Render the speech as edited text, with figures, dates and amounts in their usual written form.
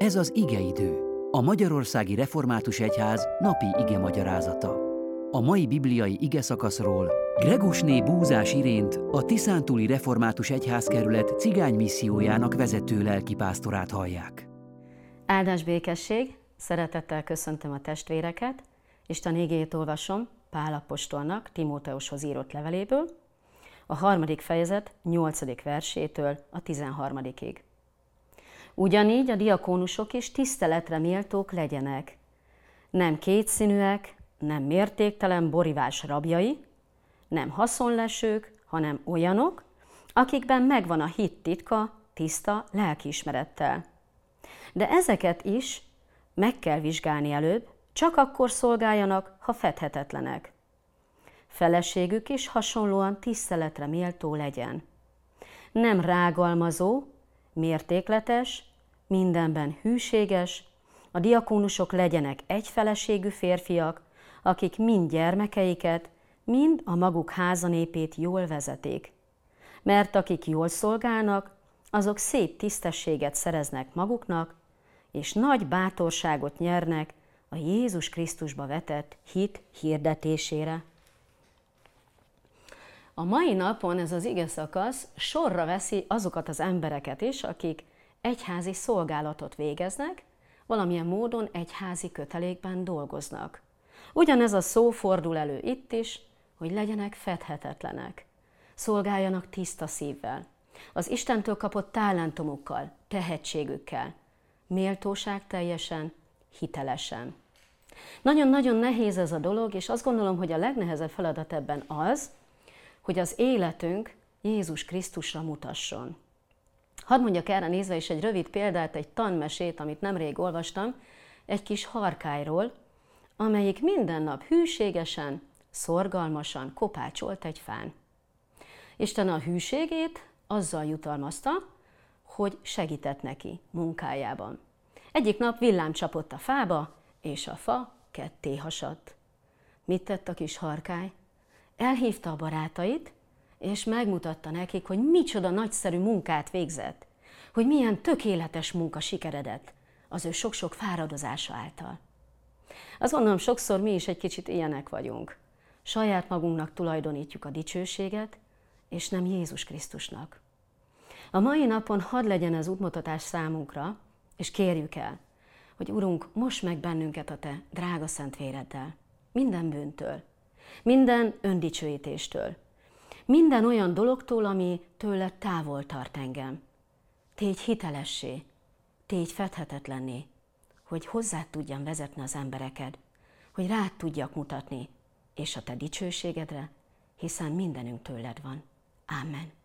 Ez az igeidő, a Magyarországi Református Egyház napi igemagyarázata. A mai bibliai igeszakaszról Gregusné Búzás Irént, a Tiszántúli Református Egyházkerület cigány missziójának vezető lelkipásztorát hallják. Áldás békesség, szeretettel köszöntöm a testvéreket. Isten igéjét olvasom Pál apostolnak Timóteushoz írott leveléből, a 3. fejezet 8. versétől a 13-ig. Ugyanígy a diakónusok is tiszteletre méltók legyenek. Nem kétszínűek, nem mértéktelen borivás rabjai, nem haszonlesők, hanem olyanok, akikben megvan a hit titka tiszta lelkiismerettel. De ezeket is meg kell vizsgálni előbb, csak akkor szolgáljanak, ha fedhetetlenek. Feleségük is hasonlóan tiszteletre méltó legyen. Nem rágalmazó, mértékletes, mindenben hűséges, a diakónusok legyenek egyfeleségű férfiak, akik mind gyermekeiket, mind a maguk házanépét jól vezetik. Mert akik jól szolgálnak, azok szép tisztességet szereznek maguknak, és nagy bátorságot nyernek a Jézus Krisztusba vetett hit hirdetésére. A mai napon ez az igeszakasz sorra veszi azokat az embereket is, akik egyházi szolgálatot végeznek, valamilyen módon egyházi kötelékben dolgoznak. Ugyanez a szó fordul elő itt is, hogy legyenek fedhetetlenek, szolgáljanak tiszta szívvel, az Istentől kapott talentumokkal, tehetségükkel, méltóság teljesen, hitelesen. Nagyon-nagyon nehéz ez a dolog, és azt gondolom, hogy a legnehezebb feladat ebben az, hogy az életünk Jézus Krisztusra mutasson. Hadd mondjak erre nézve is egy rövid példát, egy tanmesét, amit nemrég olvastam, egy kis harkályról, amelyik minden nap hűségesen, szorgalmasan kopácsolt egy fán. Isten a hűségét azzal jutalmazta, hogy segített neki munkájában. Egyik nap villám csapott a fába, és a fa ketté hasadt. Mit tett a kis harkály? Elhívta a barátait, és megmutatta nekik, hogy micsoda nagyszerű munkát végzett, hogy milyen tökéletes munka sikeredett az ő sok-sok fáradozása által. Azt gondolom, sokszor mi is egy kicsit ilyenek vagyunk. Saját magunknak tulajdonítjuk a dicsőséget, és nem Jézus Krisztusnak. A mai napon hadd legyen ez útmutatás számunkra, és kérjük el, hogy Urunk, moss meg bennünket a Te drága szent véreddel, minden bűntől, minden öndicsőítéstől, minden olyan dologtól, ami tőled távol tart engem. Tégy hitelessé, tégy fedhetetlenné, hogy hozzád tudjam vezetni az embereket, hogy rád tudjak mutatni, és a Te dicsőségedre, hiszen mindenünk tőled van. Amen.